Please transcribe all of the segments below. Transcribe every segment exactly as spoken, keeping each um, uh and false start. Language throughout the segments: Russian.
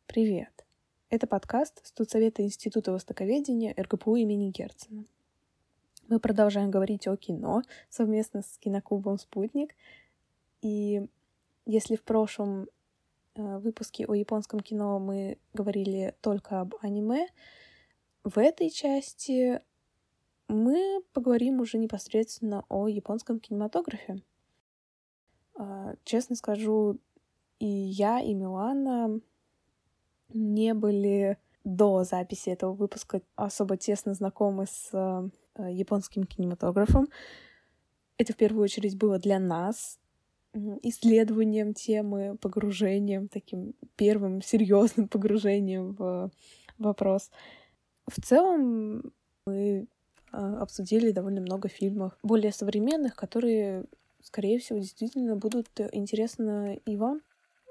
Привет! Это подкаст Студсовета Института Востоковедения эр гэ пэ у имени Герцена. Мы продолжаем говорить о кино совместно с киноклубом «Спутник». И если в прошлом э, выпуске о японском кино мы говорили только об аниме, в этой части мы поговорим уже непосредственно о японском кинематографе. Э, честно скажу, и я, и Милана не были до записи этого выпуска особо тесно знакомы с э, японским кинематографом. Это в первую очередь было для нас исследованием темы, погружением, таким первым серьезным погружением в вопрос. В целом мы э, обсудили довольно много фильмов, более современных, которые, скорее всего, действительно будут интересны и вам.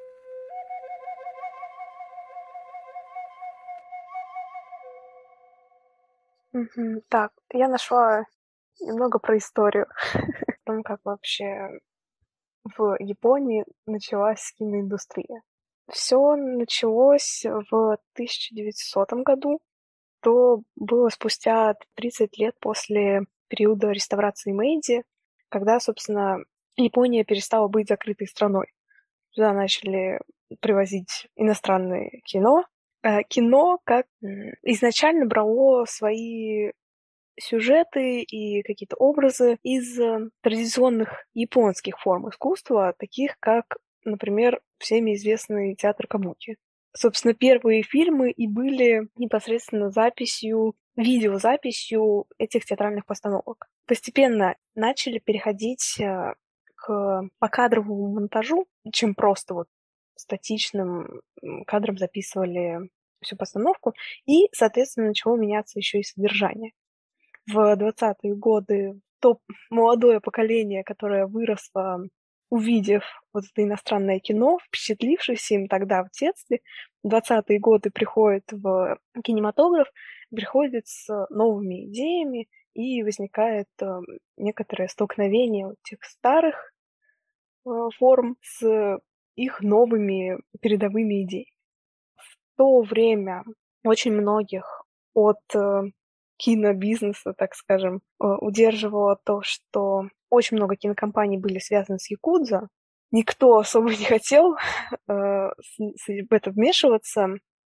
Мгм. Так, я нашла немного про историю. О том, как вообще в Японии началась киноиндустрия. Все началось в тысяча девятисотом году. То было спустя тридцать лет после периода реставрации Мэйдзи, когда, собственно, Япония перестала быть закрытой страной. Туда начали привозить иностранное кино. Э, Кино как м, изначально брало свои сюжеты и какие-то образы из э, традиционных японских форм искусства, таких как, например, всеми известный театр кабуки. Собственно, первые фильмы и были непосредственно записью, видеозаписью этих театральных постановок. Постепенно начали переходить э, к покадровому монтажу, чем просто вот статичным м, кадром записывали всю постановку, и, соответственно, начало меняться еще и содержание. В двадцатые годы то молодое поколение, которое выросло, увидев вот это иностранное кино, впечатлившись им тогда в детстве, в двадцатые годы приходит в кинематограф, приходит с новыми идеями, и возникает э, некоторое столкновение вот тех старых э, форм с их новыми передовыми идеями. В то время очень многих от э, кинобизнеса, так скажем, э, удерживало то, что очень много кинокомпаний были связаны с якудза. Никто особо не хотел э, с, с, в это вмешиваться,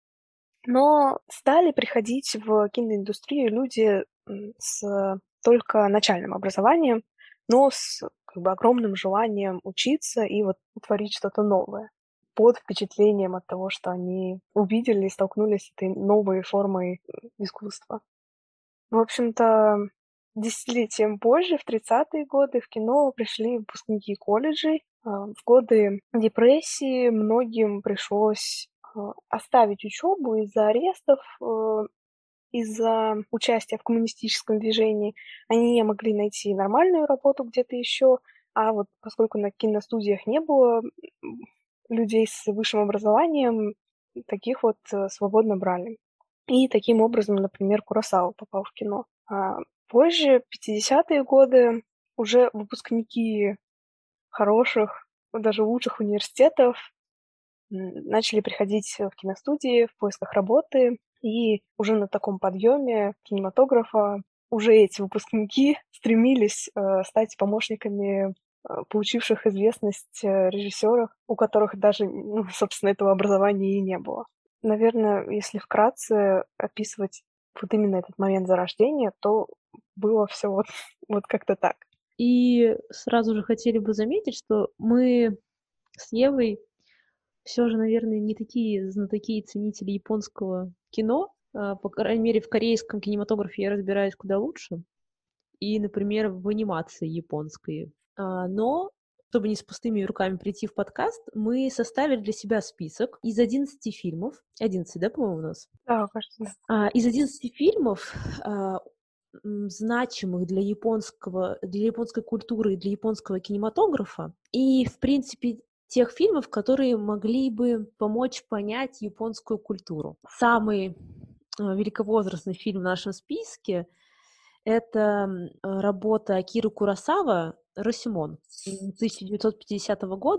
но стали приходить в киноиндустрию люди м, с только начальным образованием, но с как бы огромным желанием учиться и вот творить что-то новое под впечатлением от того, что они увидели и столкнулись с этой новой формой э, искусства. В общем-то, десятилетием позже, в тридцатые годы, в кино пришли выпускники колледжей. А, В годы депрессии многим пришлось а, оставить учебу из-за арестов, э, из-за участия в коммунистическом движении. Они не могли найти нормальную работу где-то еще, а вот поскольку на киностудиях не было м, людей с высшим образованием, таких вот э, свободно брали. И таким образом, например, Куросава попал в кино. А позже, в пятидесятые годы, уже выпускники хороших, даже лучших университетов м, начали приходить в киностудии в поисках работы, и уже на таком подъеме кинематографа уже эти выпускники стремились э, стать помощниками э, получивших известность э, режиссеров, у которых даже, ну, собственно, этого образования и не было. Наверное, если вкратце описывать вот именно этот момент зарождения, то было все вот, вот как-то так. И сразу же хотели бы заметить, что мы с Евой все же, наверное, не такие знатоки и ценители японского кино. А, По крайней мере, в корейском кинематографе я разбираюсь куда лучше. И, например, в анимации японской. А, Но, чтобы не с пустыми руками прийти в подкаст, мы составили для себя список из одиннадцати фильмов. одиннадцать, да, по-моему, у нас? Да, кажется, да. А, Из одиннадцати фильмов, а, м, значимых для японского, для японской культуры и для японского кинематографа, и, в принципе, тех фильмов, которые могли бы помочь понять японскую культуру. Самый а, великовозрастный фильм в нашем списке — это м, работа Акиры Куросава «Росимон» тысяча девятьсот пятидесятого года.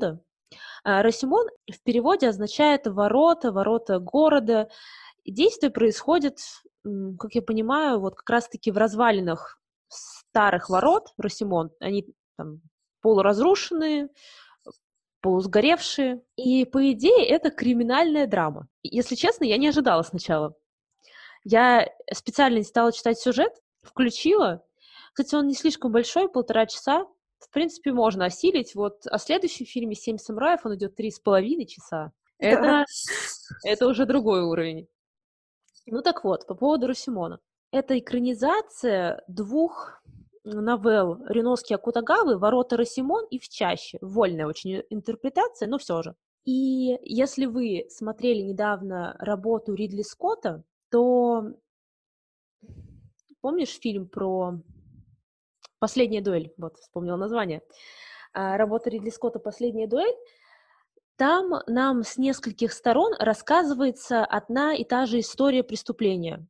А, Росимон в переводе означает ворота, ворота города. И действие происходит, м, как я понимаю, вот как раз-таки в развалинах старых ворот Росимон. Они там полуразрушенные, полусгоревшие. И, по идее, это криминальная драма. И, Если честно, я не ожидала сначала. Я специально не стала читать сюжет, включила. Кстати, он не слишком большой, полтора часа. В принципе, можно осилить. Вот о следующем фильме «Семь самураев» он идет три с половиной часа. Да. Это, это уже другой уровень. Ну так вот, по поводу Росимона. Это экранизация двух новелл Риноски Акутагавы «Ворота Росимон» и «В чаще». Вольная очень интерпретация, но все же. И если вы смотрели недавно работу Ридли Скотта, то помнишь фильм про «Последняя дуэль»? Вот, вспомнила название. А, Работа Ридли Скотта «Последняя дуэль». Там нам с нескольких сторон рассказывается одна и та же история преступления.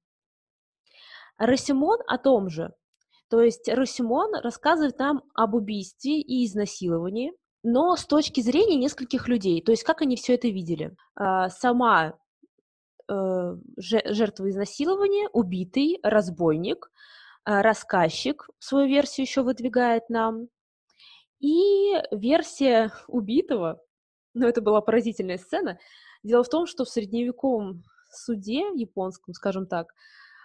Росимон о том же. То есть Росимон рассказывает нам об убийстве и изнасиловании, но с точки зрения нескольких людей. То есть как они все это видели. А, Сама э, жертва изнасилования, убитый, разбойник, а, рассказчик свою версию еще выдвигает нам, и версия убитого, ну, это была поразительная сцена. Дело в том, что в средневековом суде японском, скажем так,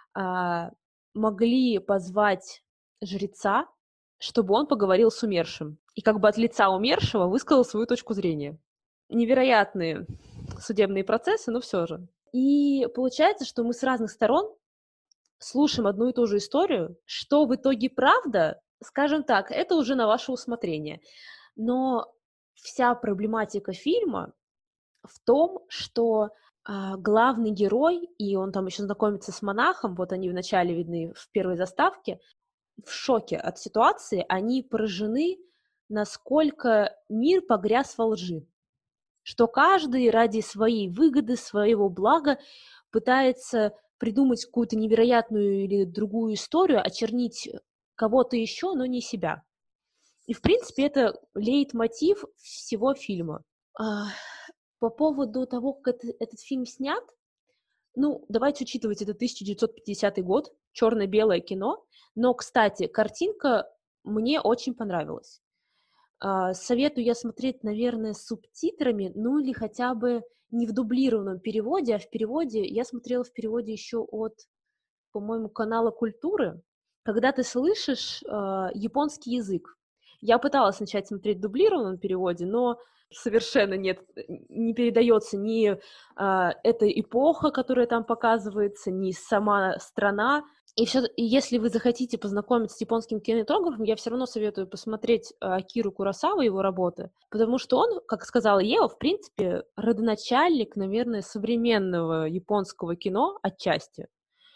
а, могли позвать жреца, чтобы он поговорил с умершим. И как бы от лица умершего высказал свою точку зрения. Невероятные судебные процессы, но все же. И получается, что мы с разных сторон слушаем одну и ту же историю. Что в итоге правда, скажем так, это уже на ваше усмотрение. Но вся проблематика фильма в том, что а, главный герой, и он там еще знакомится с монахом, вот они вначале видны в первой заставке, в шоке от ситуации, они поражены, насколько мир погряз во лжи, что каждый ради своей выгоды, своего блага пытается придумать какую-то невероятную или другую историю, очернить кого-то еще, но не себя. И, в принципе, это лейтмотив всего фильма. А, По поводу того, как это, этот фильм снят, ну, давайте учитывать, это тысяча девятьсот пятидесятый год, черно-белое кино, но, кстати, картинка мне очень понравилась. А, Советую я смотреть, наверное, с субтитрами, ну или хотя бы не в дублированном переводе, а в переводе. Я смотрела в переводе еще от, по-моему, канала Культуры, когда ты слышишь э, японский язык. Я пыталась начать смотреть в дублированном переводе, но совершенно нет, не передается ни э, эта эпоха, которая там показывается, ни сама страна. И, все, и если вы захотите познакомиться с японским кинематографом, я все равно советую посмотреть э, Акиру Куросаву, его работы, потому что он, как сказала Ева, в принципе, родоначальник, наверное, современного японского кино отчасти.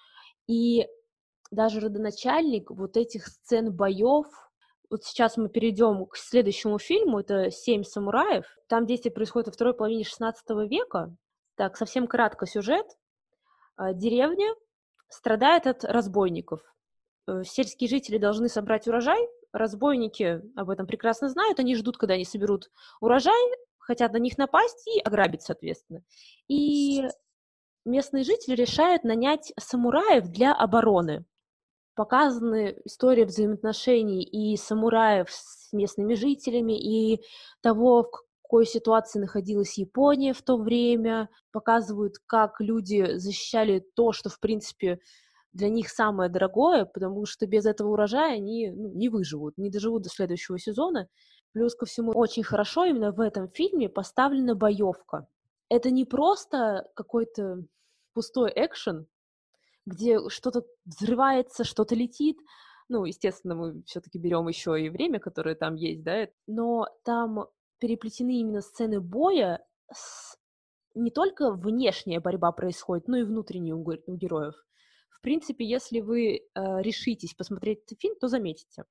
И даже родоначальник вот этих сцен боев. Вот сейчас мы перейдем к следующему фильму, это «Семь самураев». Там действие происходит во второй половине шестнадцатого века. Так, совсем кратко сюжет. А, Деревня страдает от разбойников. Э, Сельские жители должны собрать урожай, разбойники об этом прекрасно знают, они ждут, когда они соберут урожай, хотят на них напасть и ограбить, соответственно. И местные жители решают нанять самураев для обороны. Показаны истории взаимоотношений и самураев с местными жителями, и того, в какой ситуации находилась Япония в то время. Показывают, как люди защищали то, что, в принципе, для них самое дорогое, потому что без этого урожая они ну, не выживут, не доживут до следующего сезона. Плюс ко всему, очень хорошо именно в этом фильме поставлена боевка. Это не просто какой-то пустой экшен, где что-то взрывается, что-то летит. Ну, естественно, мы все-таки берем еще и время, которое там есть, да, но там переплетены именно сцены боя, с... не только внешняя борьба происходит, но и внутренняя у, у героев. В принципе, если вы э, решитесь посмотреть этот фильм, то заметите.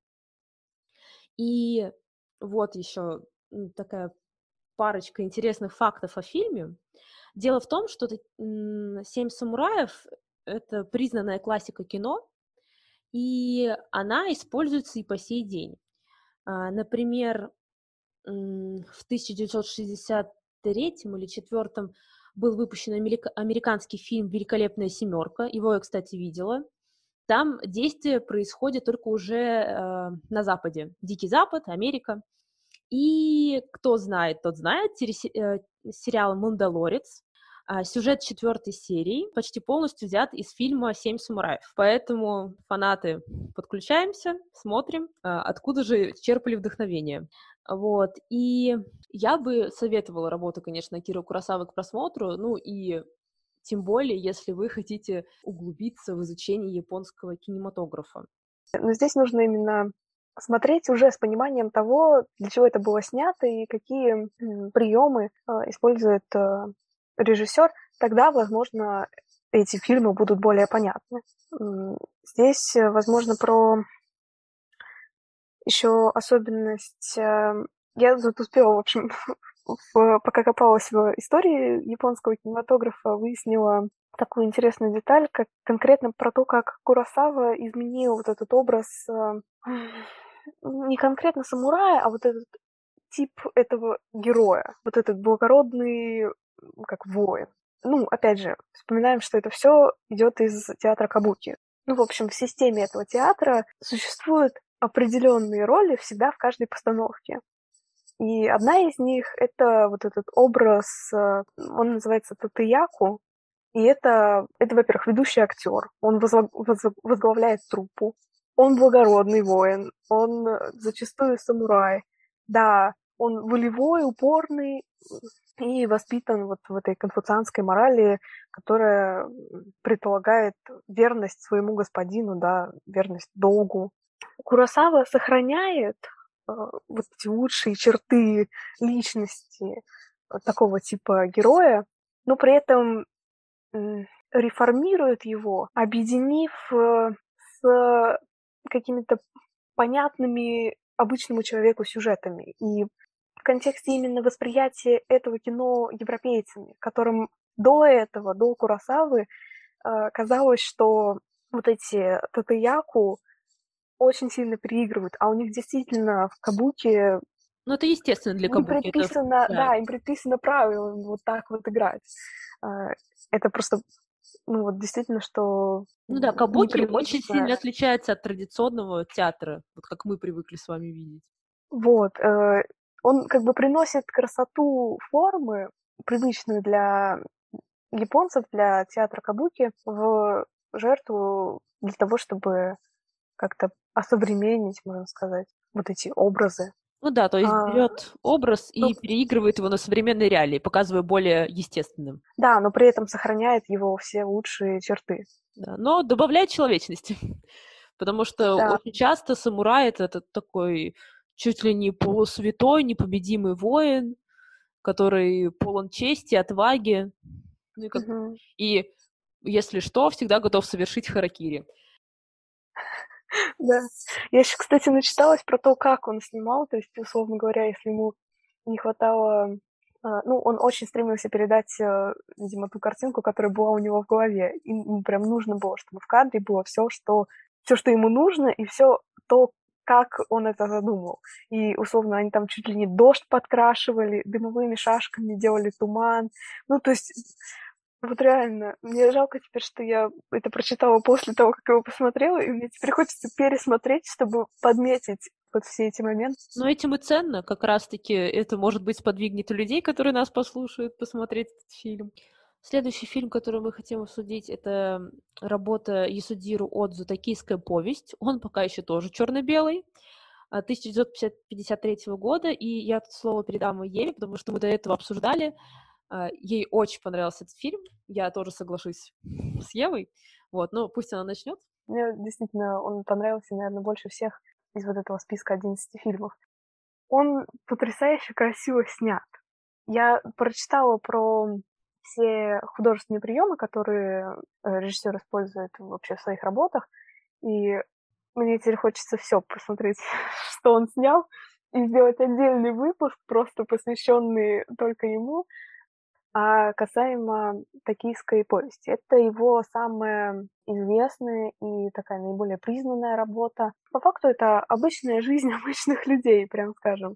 И вот еще такая парочка интересных фактов о фильме. Дело в том, что «Семь самураев» — это признанная классика кино, и она используется и по сей день. А, Например, м, в тысяча девятьсот шестьдесят третьем или четвертом был выпущен америка- американский фильм «Великолепная семерка». Его я, кстати, видела. Там действие происходит только уже э, на Западе. Дикий Запад, Америка. И кто знает, тот знает, тересе- э, сериал «Мандалорец». А, Сюжет четвертой серии почти полностью взят из фильма «Семь самураев». Поэтому фанаты, подключаемся, смотрим, а, откуда же черпали вдохновение. Вот. И я бы советовала работу, конечно, Акиры Куросавы к просмотру, ну и тем более, если вы хотите углубиться в изучение японского кинематографа. Но здесь нужно именно смотреть уже с пониманием того, для чего это было снято и какие м, приемы э, использует э, режиссер. Тогда, возможно, эти фильмы будут более понятны. М, Здесь, э, возможно, про еще особенность. э, Я тут успела, в общем, в- пока копалась в истории японского кинематографа, выяснила такую интересную деталь, как конкретно про то, как Куросава изменил вот этот образ э, не конкретно самурая, а вот этот тип этого героя, вот этот благородный, м, как воин. Ну, опять же, вспоминаем, что это все идет из театра Кабуки. Ну, в общем, в системе этого театра существуют определенные роли всегда в каждой постановке. И одна из них — это вот этот образ, э, он называется татыяку, и это, это, во-первых, ведущий актер. Он возглав- возг- возглавляет труппу. Он благородный воин. Он э, зачастую самурай. Да, он волевой, упорный и воспитан вот в этой конфуцианской морали, которая м, предполагает верность своему господину, да, верность долгу. Куросава сохраняет э, вот эти лучшие черты личности э, такого типа героя, но при этом м, реформирует его, объединив э, с какими-то понятными обычному человеку сюжетами. И в контексте именно восприятия этого кино европейцами, которым до этого, до Куросавы, э, казалось, что вот эти татыяку очень сильно переигрывают, а у них действительно в кабуки Ну, это естественно для им кабуки, это, предписано, да. да, им предписано правило вот так вот играть. Э, Это просто, ну вот действительно, что Ну да, м, кабуки очень непривычно. сильно отличается от традиционного театра, вот как мы привыкли с вами видеть. Вот, э, он как бы приносит красоту формы, привычную для японцев, для театра кабуки, в жертву для того, чтобы как-то осовременить, можно сказать, вот эти образы. Ну да, то есть А, берет образ ну, и переигрывает его на современные реалии, показывая более естественным. да, но при этом сохраняет его все лучшие черты. Да, но добавляет человечности, потому что Да. очень часто самурай — это этот такой чуть ли не полусвятой, непобедимый воин, который полон чести, отваги, ну и как Мгм. и если что, всегда готов совершить харакири. Да. Я еще, кстати, начиталась про то, как он снимал. То есть, условно говоря, если ему не хватало... а, Ну, он очень стремился передать, э, видимо, ту картинку, которая была у него в голове. И ему прям нужно было, чтобы в кадре было все, что, все, что ему нужно, и все то, как он это задумал. И, условно, они там чуть ли не дождь подкрашивали, дымовыми шашками делали туман. Ну, то есть вот реально, мне жалко теперь, что я это прочитала после того, как его посмотрела, и мне теперь хочется пересмотреть, чтобы подметить вот все эти моменты. Но этим и ценно, как раз-таки это, может быть, сподвигнет и людей, которые нас послушают, посмотреть этот фильм. Следующий фильм, который мы хотим обсудить, это работа Ясудиру Одзу «Токийская повесть». Он пока еще тоже черно-белый, а, тысяча девятьсот пятьдесят третьего года, и я тут слово передам Еве, потому что мы до этого обсуждали. А, Ей очень понравился этот фильм, я тоже соглашусь с Евой, вот, но пусть она начнет. Мне действительно он понравился, наверное, больше всех из вот этого списка одиннадцати фильмов. Он потрясающе красиво снят. Я прочитала про все художественные приемы, которые э, режиссер использует вообще в своих работах, и мне теперь хочется все посмотреть, что он снял, и сделать отдельный выпуск, просто посвященный только ему. А касаемо «Токийской повести», это его самая известная и такая наиболее признанная работа. По факту это обычная жизнь обычных людей, прям скажем.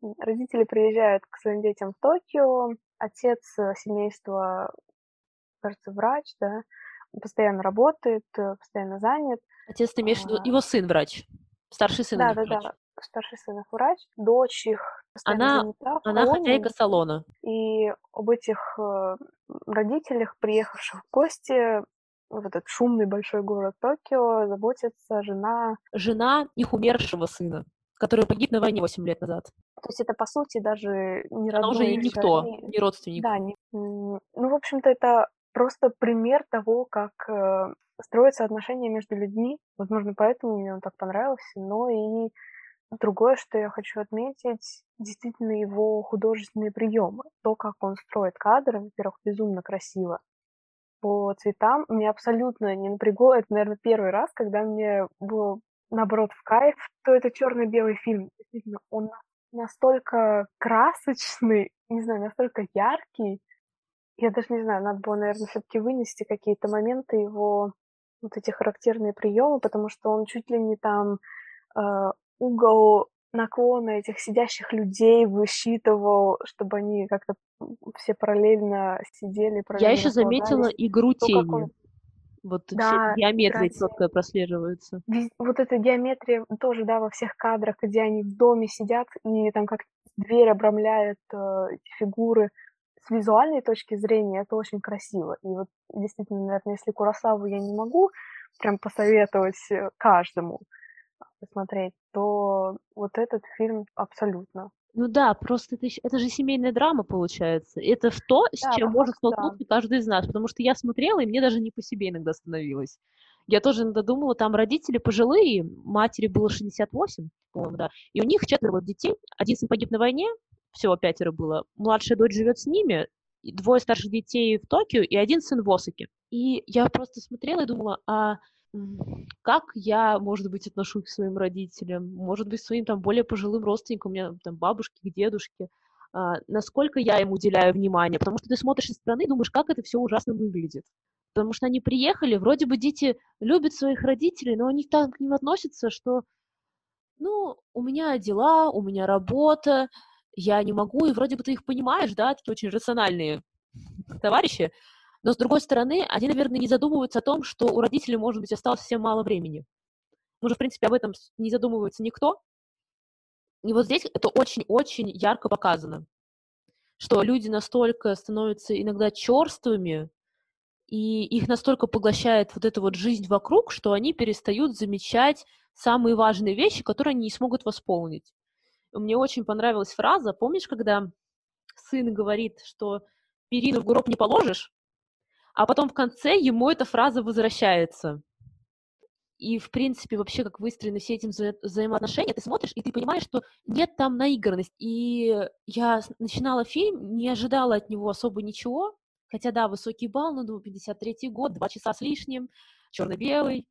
Родители приезжают к своим детям в Токио, отец семейства, кажется, врач, да, он постоянно работает, постоянно занят. Отец, ты имеешь в виду, А, его сын врач, старший сын у них врач. Да-да-да, старший сын их врач, дочь их постоянно Она, занята в она салоне, хозяйка салона. и об этих э, родителях, приехавших в гости в этот шумный большой город Токио, заботится жена. Жена их умершего сына, который погиб на войне восемь лет назад. То есть это, по сути, даже не Она уже родной не их никто, человек. не родственник. Да, не, м, ну, в общем-то, это просто пример того, как э, строятся отношения между людьми. Возможно, поэтому мне он так понравился. Но и другое, что я хочу отметить, действительно его художественные приемы. То, как он строит кадры, во-первых, безумно красиво. По цветам меня абсолютно не напрягло. Это, наверное, первый раз, когда мне было, наоборот, в кайф, то это черно-белый фильм. Действительно, он настолько красочный, не знаю, настолько яркий. Я даже не знаю, надо было, наверное, все-таки вынести какие-то моменты его, вот эти характерные приемы, потому что он чуть ли не там э, угол наклона этих сидящих людей высчитывал, чтобы они как-то все параллельно сидели, Я параллельно еще заметила располагались. игру То, как тени. он... Вот вся Да, геометрия играть. четкая прослеживается. Вот эта геометрия тоже, да, во всех кадрах, где они в доме сидят, и там как дверь обрамляет э, эти фигуры. С визуальной точки зрения это очень красиво. И вот действительно, наверное, если Куросаву я не могу прям посоветовать э, каждому посмотреть, то вот этот фильм абсолютно. Ну да, просто это, ещё- это же семейная драма получается. Это в то, с Да, чем по может факту, да. столкнуться каждый из нас. Потому что я смотрела, и мне даже не по себе иногда становилось. Я тоже иногда думала, там родители пожилые, матери было шестьдесят восемь, по-моему, да, и у них четверо вот детей. Один сын погиб на войне, всего пятеро было. Младшая дочь живет с ними, и двое старших детей в Токио, и один сын в Осаке. И я просто смотрела и думала, а м, как я, может быть, отношусь к своим родителям, может быть, своим там более пожилым родственникам, у меня там бабушки, дедушки, а, насколько я им уделяю внимание, потому что ты смотришь со стороны и думаешь, как это все ужасно выглядит. Потому что они приехали, вроде бы дети любят своих родителей, но они так к ним относятся, что, ну, у меня дела, у меня работа, я не могу, и вроде бы ты их понимаешь, да, такие очень рациональные товарищи, но, с другой стороны, они, наверное, не задумываются о том, что у родителей, может быть, осталось совсем мало времени. Уже, в принципе, об этом не задумывается никто. И вот здесь это очень-очень ярко показано, что люди настолько становятся иногда черствыми, и их настолько поглощает вот эта вот жизнь вокруг, что они перестают замечать самые важные вещи, которые они не смогут восполнить. Мне очень понравилась фраза, помнишь, когда сын говорит, что перину в гроб не положишь, а потом в конце ему эта фраза возвращается. И, в принципе, вообще, как выстроены все эти вза- взаимоотношения, ты смотришь, и ты понимаешь, что нет там наигранности. И я с- начинала фильм, не ожидала от него особо ничего, хотя, да, высокий балл, ну, думаю, пятьдесят третий год, два часа с лишним, черно-белый,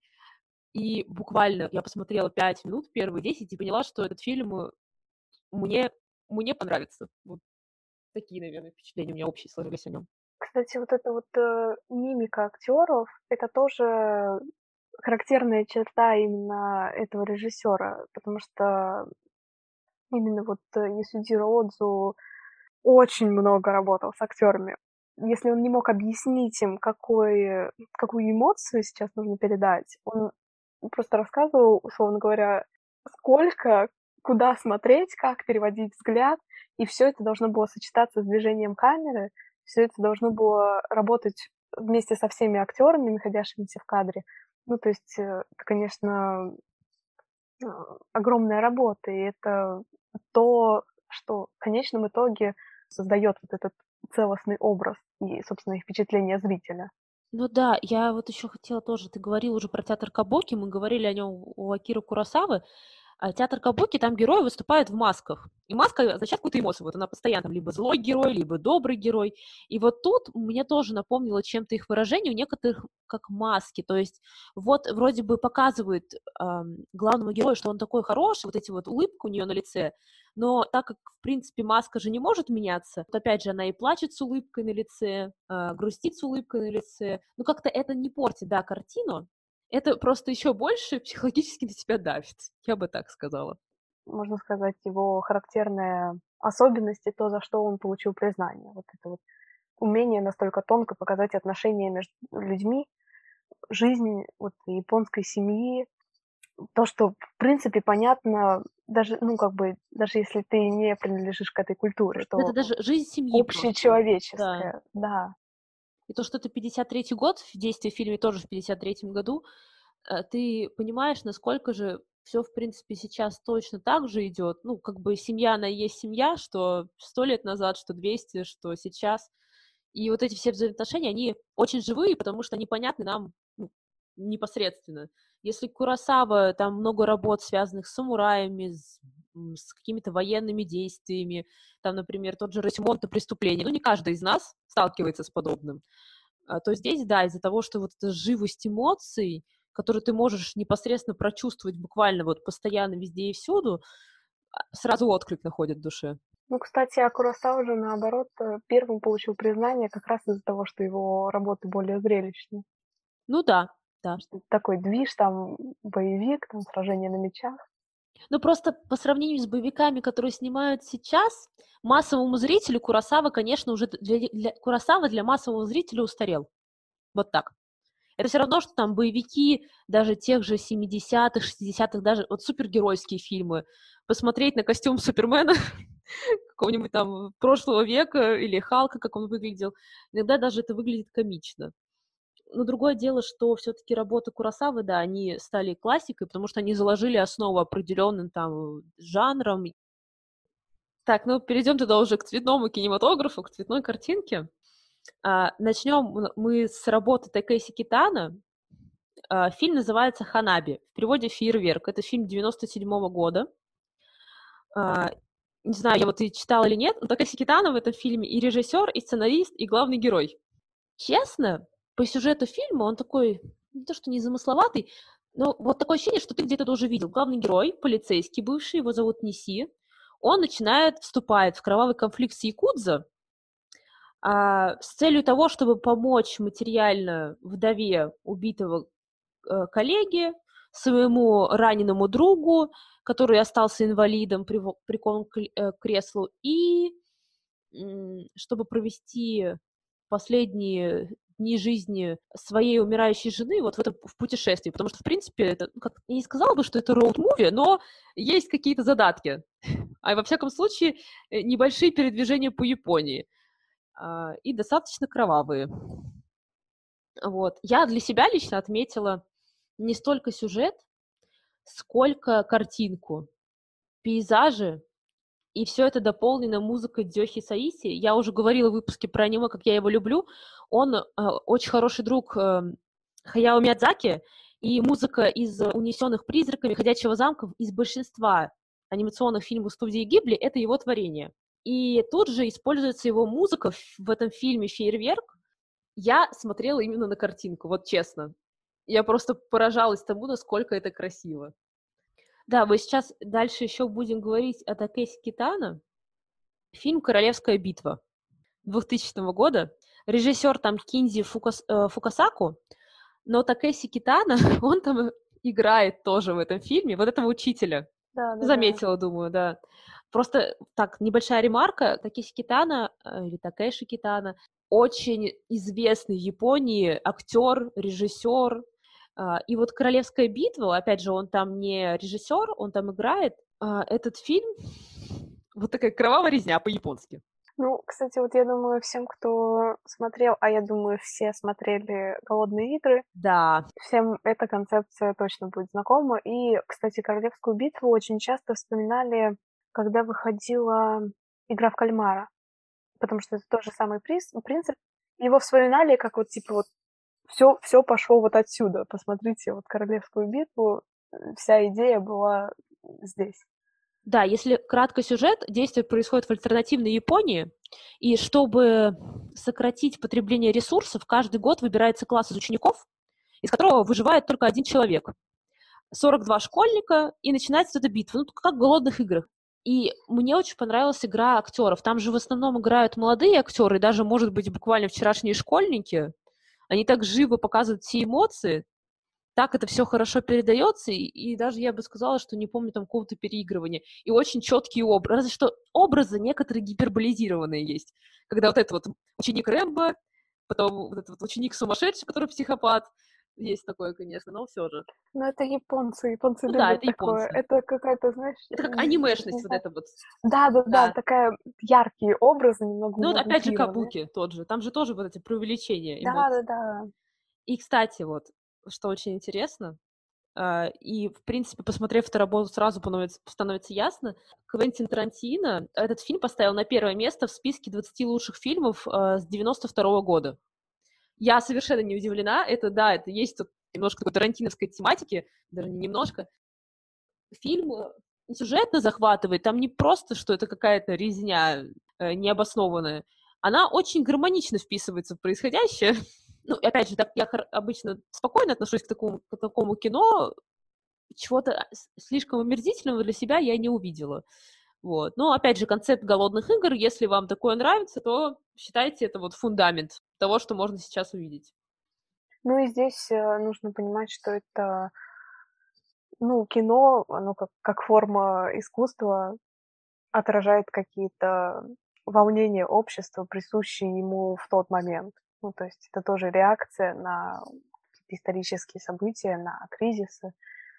и буквально я посмотрела пять минут, первые десять, и поняла, что этот фильм э, мне, мне понравится. Вот такие, наверное, впечатления у меня общие сложились о нем. Кстати, вот эта вот э, мимика актеров, это тоже характерная черта именно этого режиссера, потому что именно вот э, Ясудзиро Одзу очень много работал с актерами. Если он не мог объяснить им, какой, какую эмоцию сейчас нужно передать, он просто рассказывал, условно говоря, сколько, куда смотреть, как переводить взгляд, и все это должно было сочетаться с движением камеры, все это должно было работать вместе со всеми актерами, находящимися в кадре. Ну, то есть, э, это, конечно, э, огромная работа, и это то, что в конечном итоге создает вот этот целостный образ и, собственно, и впечатление зрителя. Ну да, я вот еще хотела тоже, ты говорил уже про театр Кабуки, мы говорили о нем у Акиры Куросавы. А театр Кабуки, там герои выступают в масках. И маска означает какую-то эмоцию. Вот она постоянно там либо злой герой, либо добрый герой. И вот тут мне тоже напомнило чем-то их выражение, у некоторых как маски. То есть вот вроде бы показывают ам, главному герою, что он такой хороший, вот эти вот улыбки у нее на лице, но так как, в принципе, маска же не может меняться, вот опять же, она и плачет с улыбкой на лице, а, грустит с улыбкой на лице, ну как-то это не портит, да, картину, это просто еще больше психологически на тебя давит, я бы так сказала. можно сказать, его характерная особенность и то, за что он получил признание. Вот это вот умение настолько тонко показать отношения между людьми, жизнь вот японской семьи, то, что в принципе понятно даже, ну, как бы, даже если ты не принадлежишь к этой культуре, Это то даже жизнь семьи просто. Да. общечеловеческое, да. И то, что это пятьдесят третий год, в действие в фильме тоже в пятьдесят третьем году, э, ты понимаешь, насколько же все в принципе, сейчас точно так же идет. Ну, как бы семья, она и есть семья, что сто лет назад, что двести, что сейчас. И вот эти все взаимоотношения, они очень живые, потому что они понятны нам, ну, непосредственно. Если Куросава, там много работ, связанных с самураями, с, м, с какими-то военными действиями, там, например, тот же Росимонто «Преступление», ну, не каждый из нас сталкивается с подобным. А, то здесь, да, из-за того, что вот эта живость эмоций, которую ты можешь непосредственно прочувствовать буквально вот постоянно везде и всюду, а, сразу отклик находит в душе. Ну, кстати, а Куросава же, наоборот, э, первым получил признание как раз из-за того, что его работы более зрелищные. Ну да, да. Что такой движ, там, боевик, там, сражение на мечах. Ну, просто по сравнению с боевиками, которые снимают сейчас, массовому зрителю Куросава, конечно, уже для, для Куросава для массового зрителя устарел. Вот так. Это все равно, что там боевики даже тех же семидесятых, шестидесятых, даже вот супергеройские фильмы. Посмотреть на костюм Супермена какого-нибудь там прошлого века или Халка, как он выглядел, иногда даже это выглядит комично. Но другое дело, что все-таки работы Куросавы, да, они стали классикой, потому что они заложили основу определенным там жанром. Так, ну перейдем тогда уже к цветному кинематографу, к цветной картинке. А, начнем мы с работы Такэси Китано. А, фильм называется «Ханаби», в переводе «Фейерверк». Это фильм девяносто седьмого года. А, не знаю, я вот и читала или нет, но Такэси Китано в этом фильме и режиссер, и сценарист, и главный герой. Честно, по сюжету фильма он такой, не то что незамысловатый, но вот такое ощущение, что ты где-то это уже видел. Главный герой, полицейский бывший, его зовут Ниси, он начинает, вступает в кровавый конфликт с якудза а, с целью того, чтобы помочь материально вдове убитого э, коллеги, своему раненому другу, который остался инвалидом, приво- прикован к, э, к креслу, и м, чтобы провести последние дни жизни своей умирающей жены вот в этом в путешествии, потому что, в принципе, это, ну, как, я не сказала бы, что это роуд-муви, но есть какие-то задатки, а во всяком случае э, небольшие передвижения по Японии а, и достаточно кровавые. Вот. Я для себя лично отметила не столько сюжет, сколько картинку, пейзажи, и все это дополнено музыкой Дзёхи Саиси. Я уже говорила в выпуске про аниме, как я его люблю. Он э, очень хороший друг э, Хаяо Миядзаки, и музыка из «Унесенных призраками», «Ходячего замка», из большинства анимационных фильмов студии Гибли — это его творение. И тут же используется его музыка в, в этом фильме «Фейерверк». Я смотрела именно на картинку, вот честно. Я просто поражалась тому, насколько это красиво. Да, мы сейчас дальше еще будем говорить о Такэси Китано. Фильм «Королевская битва» двухтысячного года. Режиссер там Кинзи Фукас, э, Фукасаку, но Такэси Китано, он там играет тоже в этом фильме, вот этого учителя. Да, да, да. Заметила, думаю, да. Просто так, небольшая ремарка. Такэси Китано, э, или Такэши Китано, очень известный в Японии актер, режиссер. А, И вот «Королевская битва», опять же, он там не режиссер, он там играет. А, Этот фильм, вот такая кровавая резня по-японски. Ну, кстати, вот я думаю, всем, кто смотрел, а я думаю, все смотрели «Голодные игры», Да, всем эта концепция точно будет знакома. И, кстати, «Королевскую битву» очень часто вспоминали, когда выходила «Игра в кальмара», потому что это тот же самый приз, принцип. Его вспоминали как вот, типа, вот все, все пошло вот отсюда. Посмотрите, вот «Королевскую битву», вся идея была здесь. да, если кратко сюжет, действие происходит в альтернативной Японии, и чтобы сократить потребление ресурсов, каждый год выбирается класс из учеников, из которого выживает только один человек. сорок два школьника, и начинается эта битва, ну, как в «Голодных играх». И мне очень понравилась игра актеров. Там же в основном играют молодые актеры, даже, может быть, буквально вчерашние школьники. Они так живо показывают все эмоции. так это все хорошо передается, и, и даже я бы сказала, что не помню там какого-то переигрывания. И очень четкие образы. Разве что образы некоторые гиперболизированные есть. Когда вот этот вот ученик Рэмбо, потом вот этот вот ученик сумасшедший, который психопат. Есть такое, конечно, но все же. Ну, это японцы, японцы Ну да, любят это такое. японцы. Это какая-то, знаешь, Это как м, даже не анимешность вот знаю. эта вот. Да-да-да, Да. такая яркие образы, немного Ну вот опять же мудрированные. Кабуки тот же. Там же тоже вот эти преувеличения эмоций. Да-да-да. И, кстати, вот, что очень интересно, а, и, в принципе, посмотрев эту работу, сразу становится, становится ясно, Квентин Тарантино этот фильм поставил на первое место в списке двадцати лучших фильмов а, с девяносто второго года. Я совершенно не удивлена. Это, да, это есть тут немножко такой тарантиновской тематики, даже не немножко. Фильм э, и сюжетно захватывает, там не просто, что это какая-то резня э, необоснованная, она очень гармонично вписывается в происходящее. Ну, и опять же, так я хор- обычно спокойно отношусь к такому, к такому кино, чего-то с- слишком омерзительного для себя я не увидела. Вот. Но, опять же, концепт «Голодных игр», если вам такое нравится, то считайте это вот фундамент того, что можно сейчас увидеть. Ну и здесь, э, нужно понимать, что это, ну, кино, оно как как форма искусства отражает какие-то волнения общества, присущие ему в тот момент. Ну, то есть это тоже реакция на какие-то исторические события, на кризисы.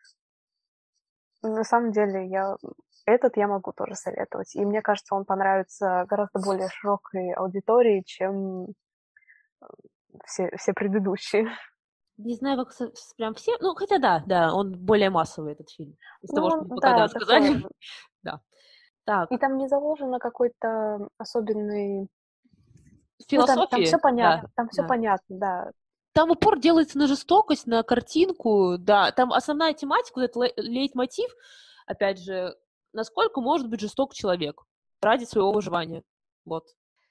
На самом деле я этот я могу тоже советовать. И мне кажется, он понравится гораздо более широкой аудитории, чем все все предыдущие. Не знаю, как со- с- прям все, ну, хотя да, да, он более массовый, этот фильм, из Ну, того, что он, мы пока, да, да, сказали. такой. Да. И Так, там не заложено какой-то особенный. Ну, там там все философии, да, понятно, там все да. понятно, да. Там упор делается на жестокость, на картинку, да. Там основная тематика, вот этот лей- лейтмотив, опять же, насколько может быть жесток человек ради своего выживания. Вот.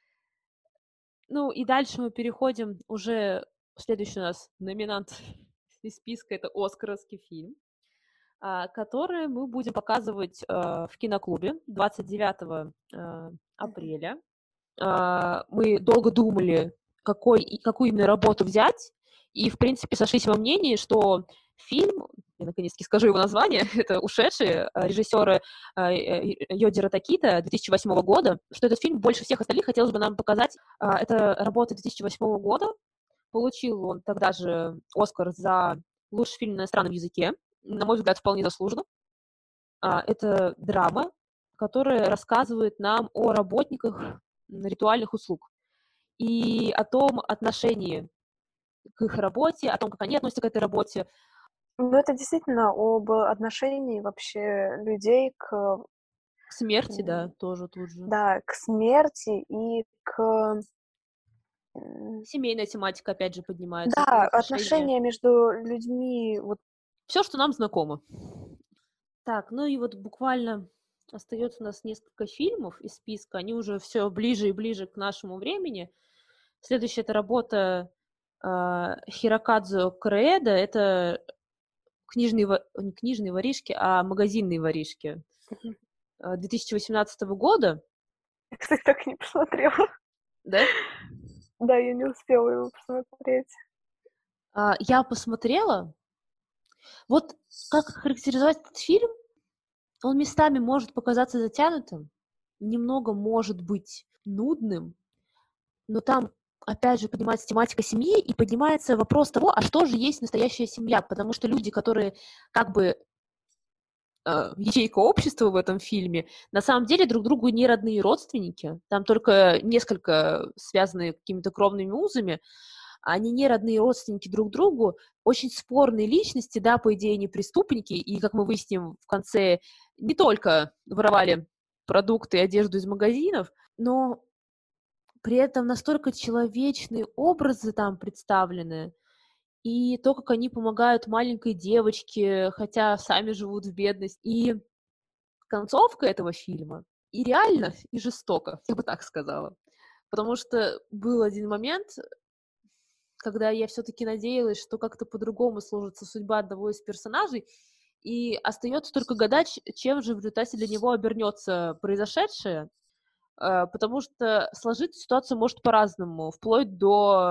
Ну и дальше мы переходим уже, следующий у нас номинант из списка, это «Оскаровский фильм», а, который мы будем показывать а, в киноклубе двадцать девятого а, Мгм. апреля. А, мы долго думали, какой, и какую именно работу взять, и, в принципе, сошлись во мнении, что фильм, я наконец-таки скажу его название, это «Ушедшие» режиссера а, э, Йодира Такита две тысячи восьмого года, что этот фильм больше всех остальных хотелось бы нам показать. А, Это работа две тысячи восьмого года, получил он тогда же «Оскар» за лучший фильм на иностранном языке, на мой взгляд, вполне заслуженно. А, Это драма, которая рассказывает нам о работниках ритуальных услуг и о том отношении к их работе, о том, как они относятся к этой работе, Ну, это действительно об отношении вообще людей к, к смерти, да, м, тоже тут же. да, к смерти и к, м, Семейная тематика, опять же, поднимается, да, взаимоотношения. отношения между людьми, вот. Все, что нам знакомо. Так, ну и вот буквально остается у нас несколько фильмов из списка, они уже все ближе и ближе к нашему времени. Следующая это работа а, Хирокадзу Кореэда, это книжные, во- не книжные воришки, а магазинные воришки Мгм. а, две тысячи восемнадцатого года, Я, кстати, так и не посмотрела. да? Да, я не успела его посмотреть. А, я посмотрела. Вот как характеризовать этот фильм? Он местами может показаться затянутым, немного может быть нудным, но там, опять же, поднимается тематика семьи и поднимается вопрос того, а что же есть настоящая семья? Потому что люди, которые как бы э, ячейка общества в этом фильме, на самом деле друг другу не родные родственники. Там только несколько связаны какими-то кровными узами. Они не родные родственники друг другу, очень спорные личности, да, по идее, не преступники, и, как мы выясним в конце, не только воровали продукты и одежду из магазинов, но при этом настолько человечные образы там представлены, и то, как они помогают маленькой девочке, хотя сами живут в бедности. И концовка этого фильма и реально, и жестоко, я бы так сказала. Потому что был один момент, когда я все-таки надеялась, что как-то по-другому сложится судьба одного из персонажей, и остается только гадать, чем же в результате для него обернется произошедшее, э, потому что сложиться ситуация может по-разному, вплоть до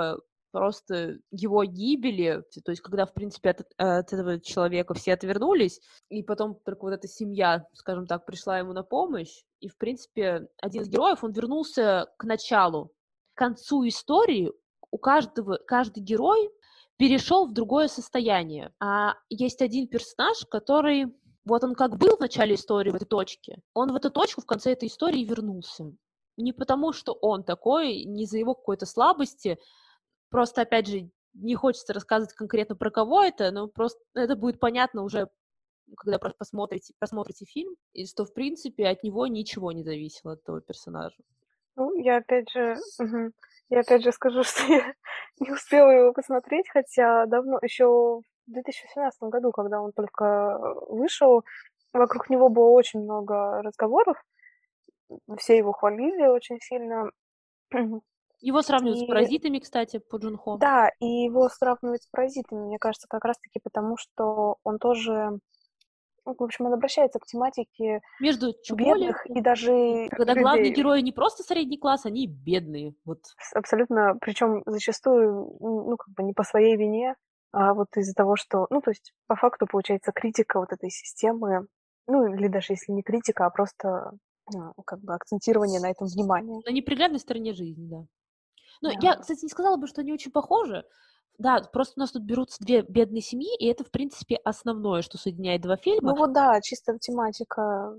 просто его гибели, то есть когда, в принципе, от, от этого человека все отвернулись, и потом только вот эта семья, скажем так, пришла ему на помощь, и, в принципе, один из героев, он вернулся к началу. К концу истории у каждого, каждый герой перешел в другое состояние. А есть один персонаж, который, вот он как был в начале истории, в этой точке, он в эту точку в конце этой истории вернулся. Не потому, что он такой, не из-за его какой-то слабости, просто, опять же, не хочется рассказывать конкретно про кого это, но просто это будет понятно уже, когда просто посмотрите, посмотрите фильм, и что, в принципе, от него ничего не зависело, от этого персонажа. Ну, я опять же, мгм. Я опять же скажу, что я не успела его посмотреть, хотя давно, еще в две тысячи семнадцатом году, когда он только вышел, вокруг него было очень много разговоров, все его хвалили очень сильно. Его сравнивают с И «Паразитами», кстати, по Джун Хо. да, и его сравнивать с «Паразитами», мне кажется, как раз-таки потому, что он тоже, ну, в общем, он обращается к тематике Между Чуболи, бедных и даже когда главные людей. герои не просто средний класс, они бедные. Вот. Абсолютно, причем зачастую, ну, как бы не по своей вине, а вот из-за того, что, ну, то есть по факту получается критика вот этой системы, ну, или даже если не критика, а просто, ну, как бы акцентирование на этом внимания. На неприглядной стороне жизни, да. Ну, я, Да. кстати, не сказала бы, что они очень похожи. Да, просто у нас тут берутся две бедные семьи, и это, в принципе, основное, что соединяет два фильма. Ну вот да, чисто тематика.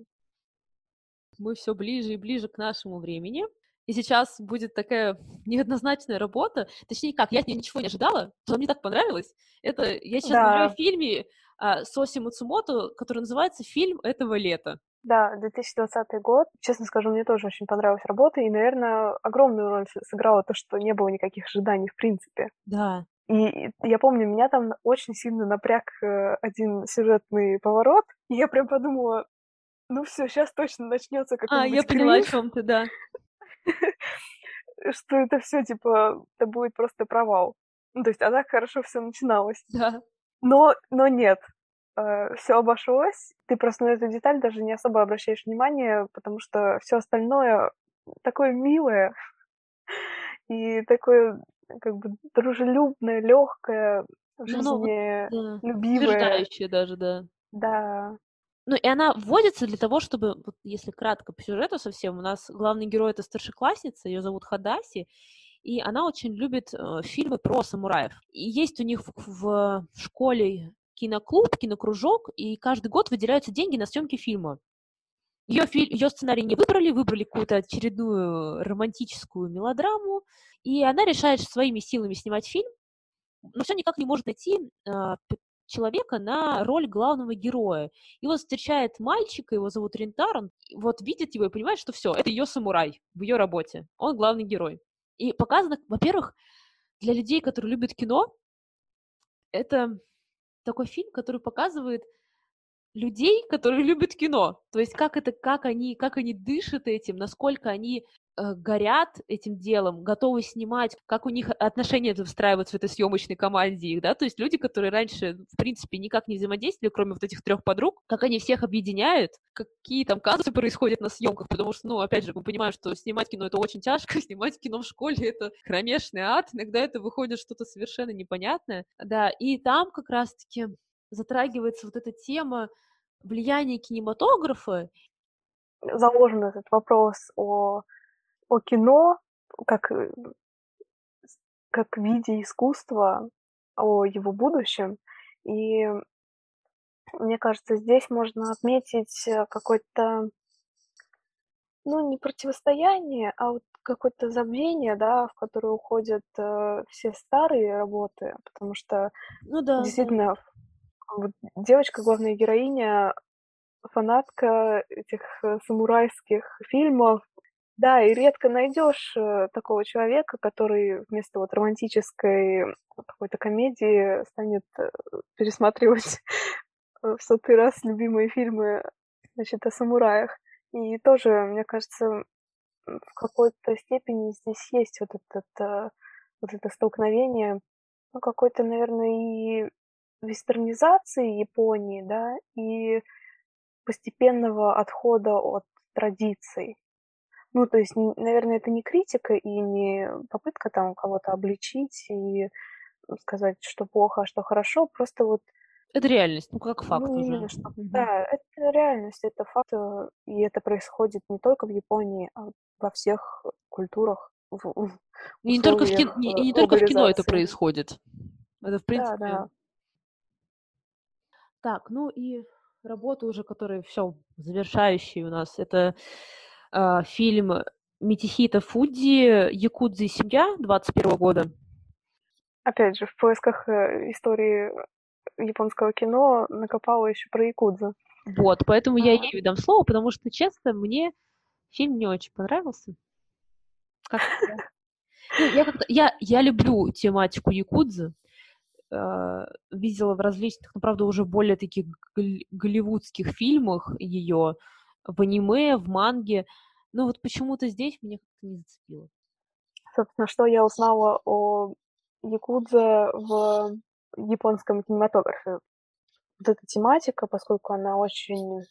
Мы все ближе и ближе к нашему времени. И сейчас будет такая неоднозначная работа. Точнее как, я от нее ничего не ожидала, но мне так понравилось. Это я сейчас говорю о Да, фильме а, Соси Мацумото, который называется «Фильм этого лета». да, две тысячи двадцатый год. Честно скажу, мне тоже очень понравилась работа, и, наверное, огромную роль с- сыграло то, что не было никаких ожиданий в принципе. Да. И я помню, меня там очень сильно напряг э, один сюжетный поворот, и я прям подумала, ну все, сейчас точно начнется А, я какой-нибудь поняла, о кринж, чем ты, да. что это все типа, это будет просто провал. Ну, то есть, а так хорошо все начиналось. Да. Но, но нет, все обошлось. Ты просто на эту деталь даже не особо обращаешь внимание, потому что все остальное такое милое и такое как бы дружелюбное, легкое, Ну, оно вот, да, жизнелюбивое. заряжающее даже, да. Да, Ну, и она вводится для того, чтобы, вот если кратко по сюжету совсем, у нас главный герой — это старшеклассница, ее зовут Хадаси, и она очень любит э, фильмы про самураев. И есть у них в, в школе киноклуб, кинокружок, и каждый год выделяются деньги на съемки фильма. Ее, фи- ее сценарий не выбрали, выбрали какую-то очередную романтическую мелодраму, и она решает своими силами снимать фильм, но все никак не может найти а, п- человека на роль главного героя. И вот встречает мальчика, его зовут Рентар, он вот видит его и понимает, что все, это ее самурай в ее работе, он главный герой. И показано, во-первых, для людей, которые любят кино, это такой фильм, который показывает людей, которые любят кино. То есть как это, как они, как они дышат этим, насколько они э, горят этим делом, готовы снимать, как у них отношения выстраиваются в этой съемочной команде их, да, то есть люди, которые раньше, в принципе, никак не взаимодействовали, кроме вот этих трех подруг, как они всех объединяют, какие там казусы происходят на съемках, потому что, ну, опять же, мы понимаем, что снимать кино — это очень тяжко, снимать кино в школе — это кромешный ад, иногда это выходит что-то совершенно непонятное, да, и там как раз-таки затрагивается вот эта тема влияния кинематографа. заложен этот вопрос о, о кино как, э, как виде искусства, о его будущем. И мне кажется, здесь можно отметить э, какой-то, ну, не противостояние, а вот какое-то забвение, да, в которое уходят э, все старые работы, потому что Ну да, да. действительно вот девочка, главная героиня, фанатка этих э, самурайских фильмов. Да, и редко найдешь э, такого человека, который вместо вот романтической какой-то комедии станет э, пересматривать э, в сотый раз любимые фильмы, значит, о самураях. И тоже, мне кажется, м, в какой-то степени здесь есть вот этот, э, вот это столкновение, ну, какой-то, наверное, и вестернизации Японии, да, и постепенного отхода от традиций. Ну, то есть, н наверное, это не критика и не попытка там кого-то обличить и сказать, что плохо, а что хорошо. Просто вот, Это реальность, ну, как факт ну, уже. именно что Мгм. да, это реальность, это факт, э, и это происходит не только в Японии, а во всех культурах в в И не только в кин условиях, не э, и не только в кино это глобализации. происходит. Это, в Да, принципе. да. Так, ну и работа уже, которая все завершающий у нас, это, а, фильм Митихито Фудзи "Якудза и семья" двадцать первого года. Опять же, в поисках, э, истории японского кино накопала еще про якудзу. Вот, поэтому я А, ей дам слово, потому что, честно, мне фильм не очень понравился. Как тебе? Ну, я как-то я я люблю тематику якудзы, э, видела в различных, ну, правда, уже более таких голли голливудских фильмах ее, в аниме, в манге, но вот почему-то здесь меня как-то не зацепило. собственно, что я узнала о якудзе в японском кинематографе. Вот эта тематика, поскольку она очень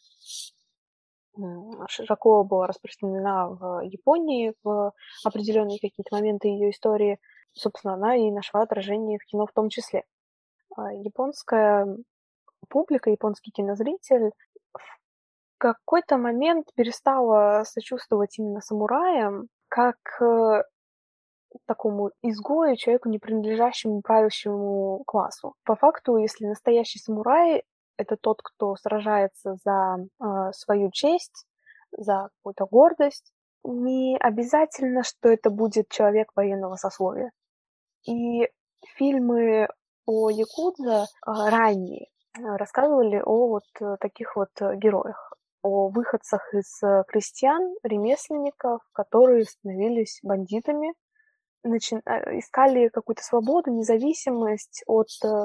м, широко была распространена в Японии в определенные какие-то моменты ее истории, собственно, она и нашла отражение в кино в том числе. А японская публика, японский кинозритель в какой-то момент перестала сочувствовать именно самураям как э, такому изгою, человеку, не принадлежащему правящему классу. По факту, если настоящий самурай — это тот, кто сражается за э, свою честь, за какую-то гордость, не обязательно, что это будет человек военного сословия. И фильмы о якудза, а, ранние, а, рассказывали о вот, э, таких вот, э, героях, о выходцах из, э, крестьян, ремесленников, которые становились бандитами, начи а, искали какую-то свободу, независимость от, э, э,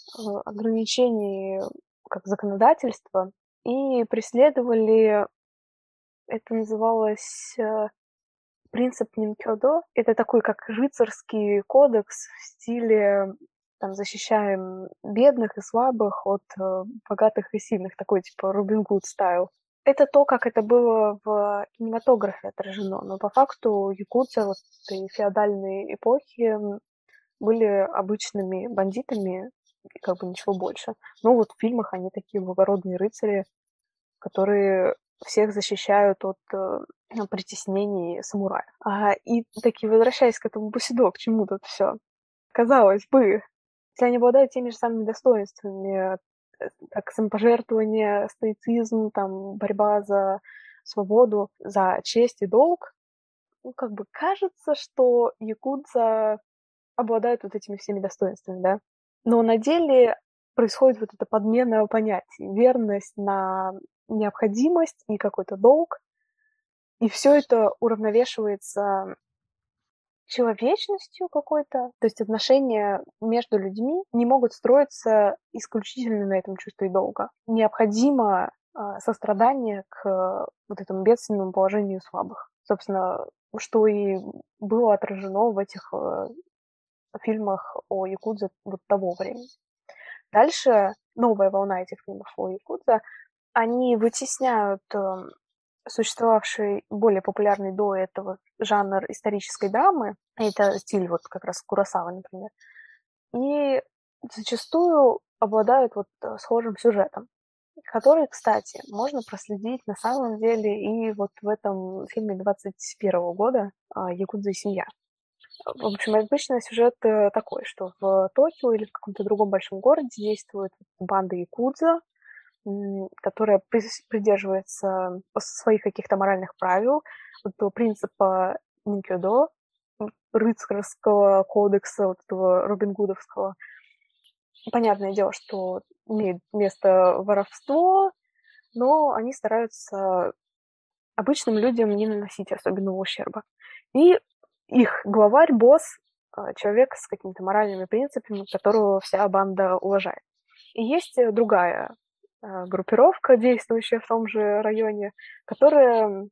ограничений как законодательства и преследовали, это называлось, э принцип Нимкёдо — это такой, как рыцарский кодекс в стиле, там, защищаем бедных и слабых от, э, богатых и сильных, такой типа Робин Гуд стайл. Это то, как это было в кинематографе отражено, но по факту якудза вот этой феодальной эпохи, м, были обычными бандитами, и как бы ничего больше. Но вот в фильмах они такие благородные рыцари, которые всех защищают от э, притеснений самураев. А, и таки, возвращаясь к этому бусидо, к чему тут все? Казалось бы, если они обладают теми же самыми достоинствами, э, как самопожертвование, стоицизм, там, борьба за свободу, за честь и долг, ну, как бы кажется, что якудза обладают вот этими всеми достоинствами, да. Но на деле происходит вот эта подмена понятий. Верность на необходимость и какой-то долг. И все это уравновешивается человечностью какой-то. То есть отношения между людьми не могут строиться исключительно на этом чувстве долга. Необходимо а, сострадание к э, вот этому бедственному положению слабых. Собственно, что и было отражено в этих э, фильмах о якудзе вот того времени. Дальше новая волна этих фильмов о якудзе, они вытесняют эм, существовавший более популярный до этого жанр исторической драмы, это стиль вот как раз Куросавы, например, и зачастую обладают вот э, схожим сюжетом, который, кстати, можно проследить на самом деле и вот в этом фильме двадцать первого года а, «Якудза и семья». В общем, обычно сюжет э, такой, что в Токио или в каком-то другом большом городе действует банда якудза, м, которая прис- придерживается своих каких-то моральных правил, вот этого принципа Никёдо, м, рыцарского кодекса, вот этого Робин Гудовского. Понятное дело, что имеет место воровство, но они стараются обычным людям не наносить особенного ущерба. И их главарь, босс, а, человек с какими-то моральными принципами, которого вся банда уважает. И есть э, другая а, группировка, действующая в том же районе, которая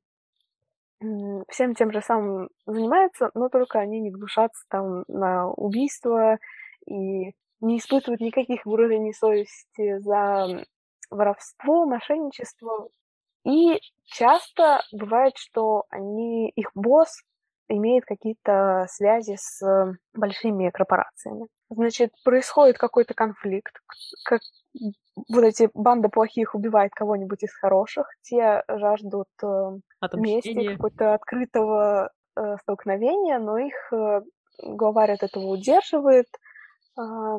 м, всем тем же самым занимается, но только они не гнушатся там на убийство и не испытывают никаких угрызений совести за м, воровство, мошенничество. И часто бывает, что они, их босс имеет какие-то связи с большими корпорациями. Значит, происходит какой-то конфликт, как вот эти банда плохих убивает кого-нибудь из хороших, те жаждут э, мести, Отмщение. какого-то открытого э, столкновения, но их э, главарь от этого удерживает. Э,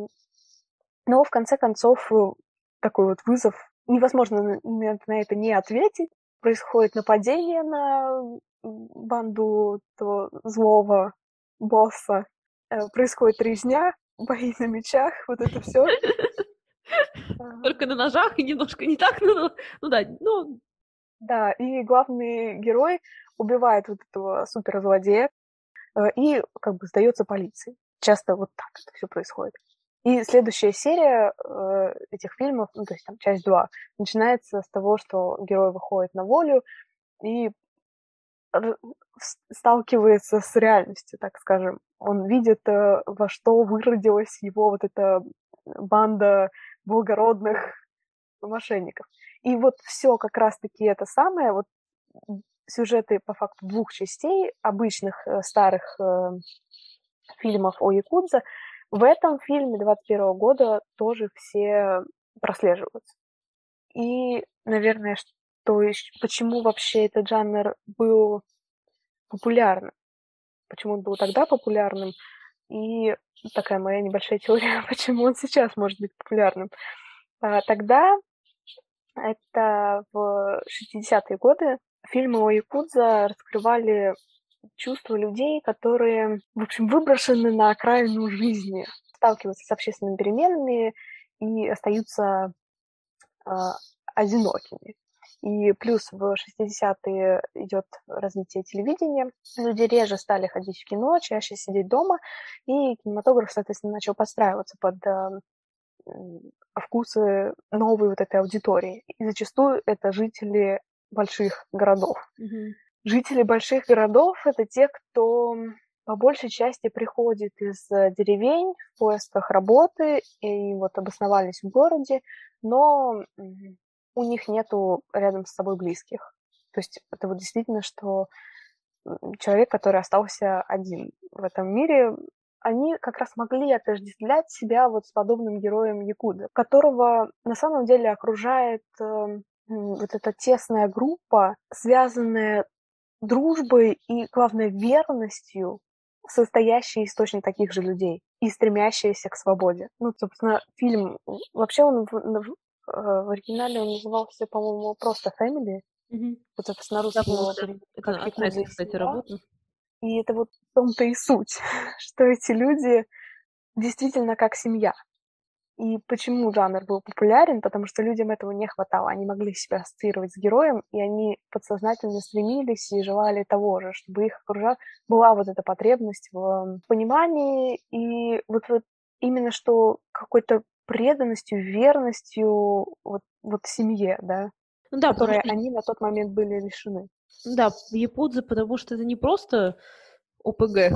но в конце концов э, такой вот вызов, невозможно на, на, на это не ответить. Происходит нападение на банду того злого босса, э, происходит резня, бои на мечах, вот это все. Только на ножах и немножко не так, ну, ну да, ну... Да, и главный герой убивает вот этого суперзлодея э, и как бы сдается полиции. Часто вот так это все происходит. И следующая серия э, этих фильмов, ну, то есть там часть два, начинается с того, что герой выходит на волю и р- с- сталкивается с реальностью, так скажем. Он видит, э, во что выродилась его вот эта банда благородных мошенников. И вот все как раз-таки это самое, вот сюжеты по факту двух частей обычных э, старых э, фильмов о якудзе, в этом фильме двадцать первого года тоже все прослеживаются. И, наверное, что еще, почему вообще этот жанр был популярным, почему он был тогда популярным, и такая моя небольшая теория, почему он сейчас может быть популярным. А, тогда, это в шестидесятые годы, фильмы о якудзе раскрывали чувства людей, которые, в общем, выброшены на окраину жизни, сталкиваются с общественными переменами и остаются э, одинокими. И плюс в шестидесятые идет развитие телевидения. Люди реже стали ходить в кино, чаще сидеть дома, и кинематограф, соответственно, начал подстраиваться под э, вкусы новой вот этой аудитории. И зачастую это жители больших городов. Мгм. Жители больших городов — это те, кто по большей части приходит из деревень в поисках работы и вот обосновались в городе, но у них нету рядом с собой близких. То есть это вот действительно, что человек, который остался один в этом мире, они как раз могли отождествлять себя вот с подобным героем якудзы, которого на самом деле окружает э, вот эта тесная группа, связанная дружбой и, главное, верностью, состоящей из точно таких же людей и стремящиеся к свободе. Ну, собственно, фильм, вообще он в, в, в оригинале он назывался, по-моему, просто «Family». Мгм. Вот, собственно, Да, русский по-моему, его да. перевели Это как одна из, «Якудза и кстати, семья». работ. И это вот в том-то и суть, что эти люди действительно как семья. И почему жанр был популярен? Потому что людям этого не хватало. Они могли себя ассоциировать с героем, и они подсознательно стремились и желали того же, чтобы их окружала была вот эта потребность в понимании и вот, вот именно что какой-то преданностью, верностью вот, вот семье, да, Ну да, потому которой что, они на тот момент были лишены. да, якудза, потому что это не просто о пэ гэ.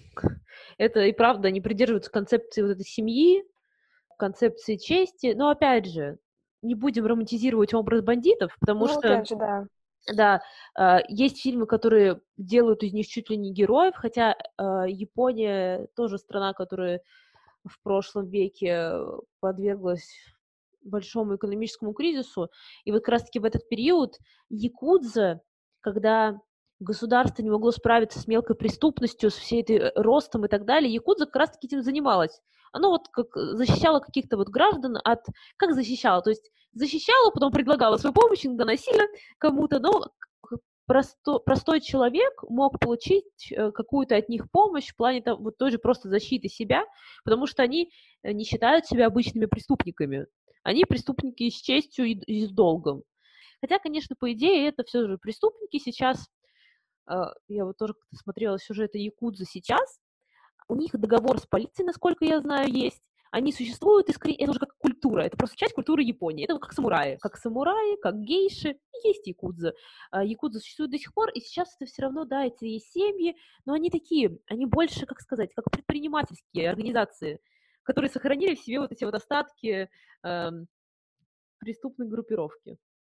Это и правда, они придерживаются концепции вот этой семьи, концепции чести. Но опять же, не будем романтизировать образ бандитов, потому Ну, что, опять же, да. да, э, есть фильмы, которые делают из них чуть ли не героев, хотя э, Япония тоже страна, которая в прошлом веке подверглась большому экономическому кризису. И вот как раз-таки в этот период якудза, когда государство не могло справиться с мелкой преступностью, с всей этой э, ростом и так далее, якудза как раз-таки этим занималась. Оно вот как защищало каких-то вот граждан от... Как защищало? То есть защищало, потом предлагало свою помощь, иногда насильно кому-то, но просто, простой человек мог получить э, какую-то от них помощь в плане там, вот той же просто защиты себя, потому что они э, не считают себя обычными преступниками. Они преступники с честью и, и с долгом. Хотя, конечно, по идее, это все же преступники сейчас. Э, я вот тоже как-то смотрела сюжеты якудзы сейчас. У них договор с полицией, насколько я знаю, есть. Они существуют, и скорее, это уже как культура, это просто часть культуры Японии. Это как самураи. Как самураи, как гейши, есть якудза. А, якудза существует до сих пор, и сейчас это все равно, да, эти есть семьи, но они такие, они больше, как сказать, как предпринимательские организации, которые сохранили в себе вот эти вот остатки эм, преступной группировки.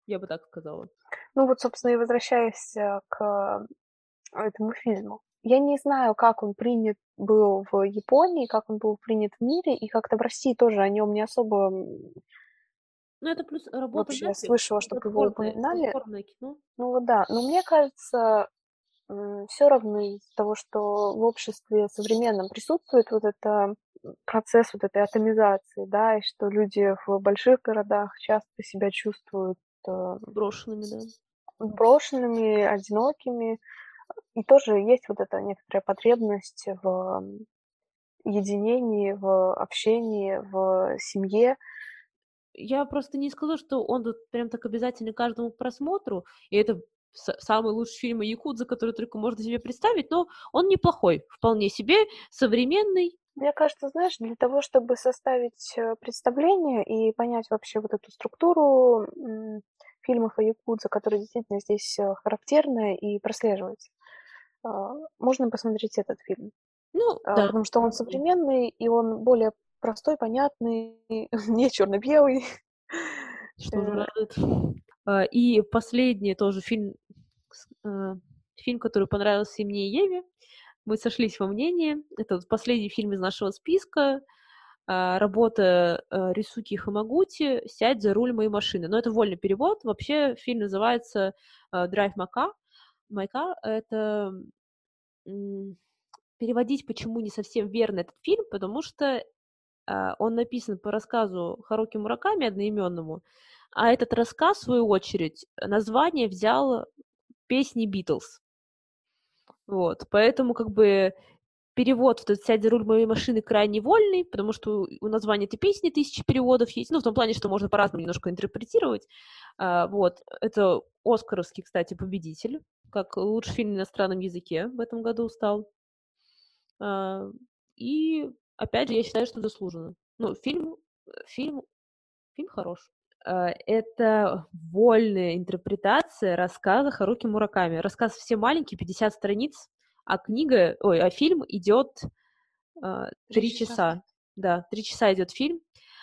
Я бы так сказала. Ну вот, собственно, и возвращаясь, э, к этому фильму. Я не знаю, как он принят был в Японии, как он был принят в мире, и как-то в России тоже о нём не особо, м, Ну, это плюс работа вообще Netflix, слышала, это чтоб его платформное упоминали. платформное кино. Ну вот да. Но мне кажется, м, всё равно из-за того, что в обществе современном присутствует вот это, м, процесс вот этой атомизации, да, и что люди в больших городах часто себя чувствуют, э Брошенными, да. брошенными, одинокими. И тоже есть вот эта некоторая потребность в единении, в общении, в семье. Я просто не скажу, что он тут прям так обязательный каждому к просмотру, и это са самый лучший фильм о якудза, который только можно себе представить, но он неплохой, вполне себе современный. Мне кажется, знаешь, для того, чтобы составить, э, представление и понять вообще вот эту структуру, м, фильмов о якудза, которая действительно здесь, э, характерная и прослеживается, а, можно посмотреть этот фильм. Ну А, да. потому что он современный, и он более простой, понятный, не чёрно-белый. Что же Э радует. А, и последний тоже фильм, с э, фильм, который понравился и мне, и Еве. Мы сошлись во мнении. Это вот последний фильм из нашего списка. А, работа, э, Рисуки Хамагути "Сядь за руль моей машины". Но это вольный перевод. Вообще фильм называется, э, Drive My Car. My Car. Это, м, переводить почему не совсем верно этот фильм, потому что, а, он написан по рассказу Харуки Мураками одноимённому, а этот рассказ, в свою очередь, название взял песни Beatles. Вот, поэтому как бы перевод вот этот "Сядь за руль моей машины" крайне вольный, потому что у названия этой песни тысячи переводов есть. Ну, в том плане, что можно по-разному немножко интерпретировать. А, вот. Это оскаровский, кстати, победитель, как лучший фильм на иностранном языке в этом году стал. А, и опять же, я считаю, что заслуженно. Ну, фильм фильм фильм хорош. А, это вольная интерпретация рассказа Харуки Мураками. Рассказ все маленький, пятьдесят страниц, а книга ой, а фильм идёт, а, три три часа. часа. Да, три часа идёт фильм.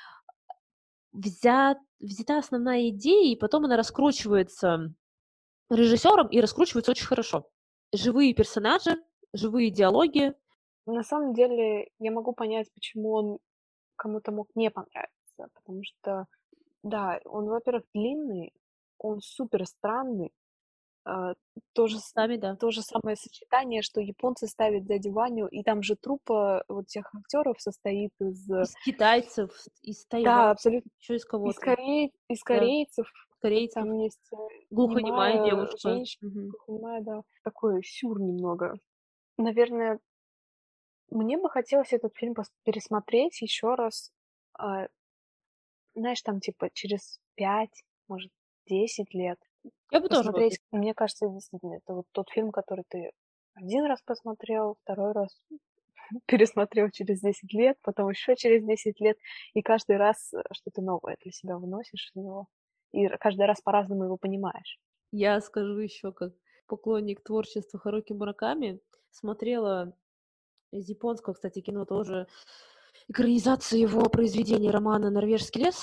Взят взята основная идея, и потом она раскручивается режиссёром, и раскручивается очень хорошо. Живые персонажи, живые диалоги. На самом деле я могу понять, почему он кому-то мог не понравиться, потому что, да, он, во-первых, длинный, он супер странный. А, то же с Местами, да. то же самое сочетание, что японцы ставят дядю Ваню, и там же труппа вот тех актеров состоит из Из китайцев, из Да, тайваньцев, абсолютно. еще из Из кого-то. корей из Да. корейцев. Корейцев. Там есть, э, Глухонемая немая девушка. женщина, Мгм. глухонемая, да. Такой сюр немного. Наверное мне бы хотелось этот фильм пос пересмотреть ещё раз. А знаешь, там типа через пять, может, десять лет. Я бы тоже вот. Посмотреть, мне кажется, действительно, это вот тот фильм, который ты один раз посмотрел, второй раз пересмотрел через десять лет, потом ещё через десять лет, и каждый раз, э, что-то новое для себя выносишь из него, и р каждый раз по-разному его понимаешь. Я скажу ещё, как поклонник творчества Харуки Мураками, смотрела из японского, кстати, кино тоже экранизацию его произведения, романа "Норвежский лес".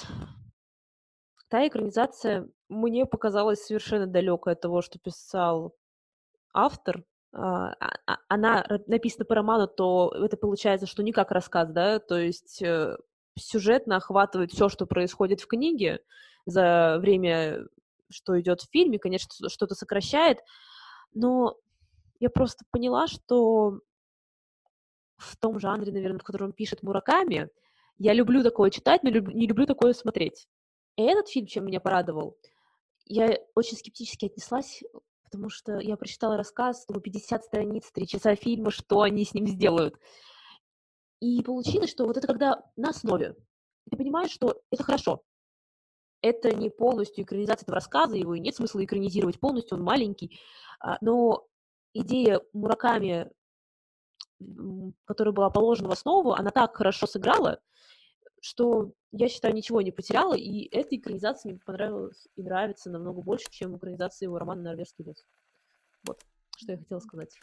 Та экранизация мне показалась совершенно далёкой от того, что писал автор. А, а она р написана по роману, то это получается, что не как рассказ, да, то есть, э, сюжетно охватывает всё, что происходит в книге за время, что идёт в фильме. Конечно, что что-то сокращает, но я просто поняла, что в том жанре, наверно, в котором пишет Мураками, я люблю такое читать, но люб не люблю такое смотреть. И этот фильм чем меня порадовал: я очень скептически отнеслась, потому что я прочитала рассказ, думаю: пятьдесят страниц, три часа фильма, что они с ним сделают? И получилось, что вот это когда на основе. И ты понимаешь, что это хорошо. Это не полностью экранизация этого рассказа, его и нет смысла экранизировать полностью, он маленький. А, но идея Мураками, м, которая была положена в основу, она так хорошо сыграла, что, я считаю, ничего не потеряла, и эта экранизация мне понравилась и нравится намного больше, чем экранизация его романа "Норвежский лес". Вот, что я хотела сказать.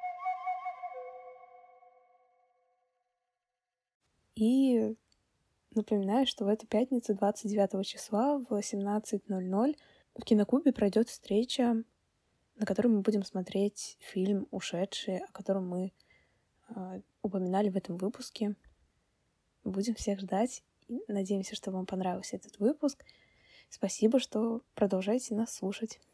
И Напоминаю, что в эту пятницу, двадцать девятого числа в восемнадцать ноль ноль в Киноклубе пройдет встреча, на которой мы будем смотреть фильм «Ушедшие», о котором мы э, упоминали в этом выпуске. Будем всех ждать. И надеемся, что вам понравился этот выпуск. Спасибо, что продолжаете нас слушать.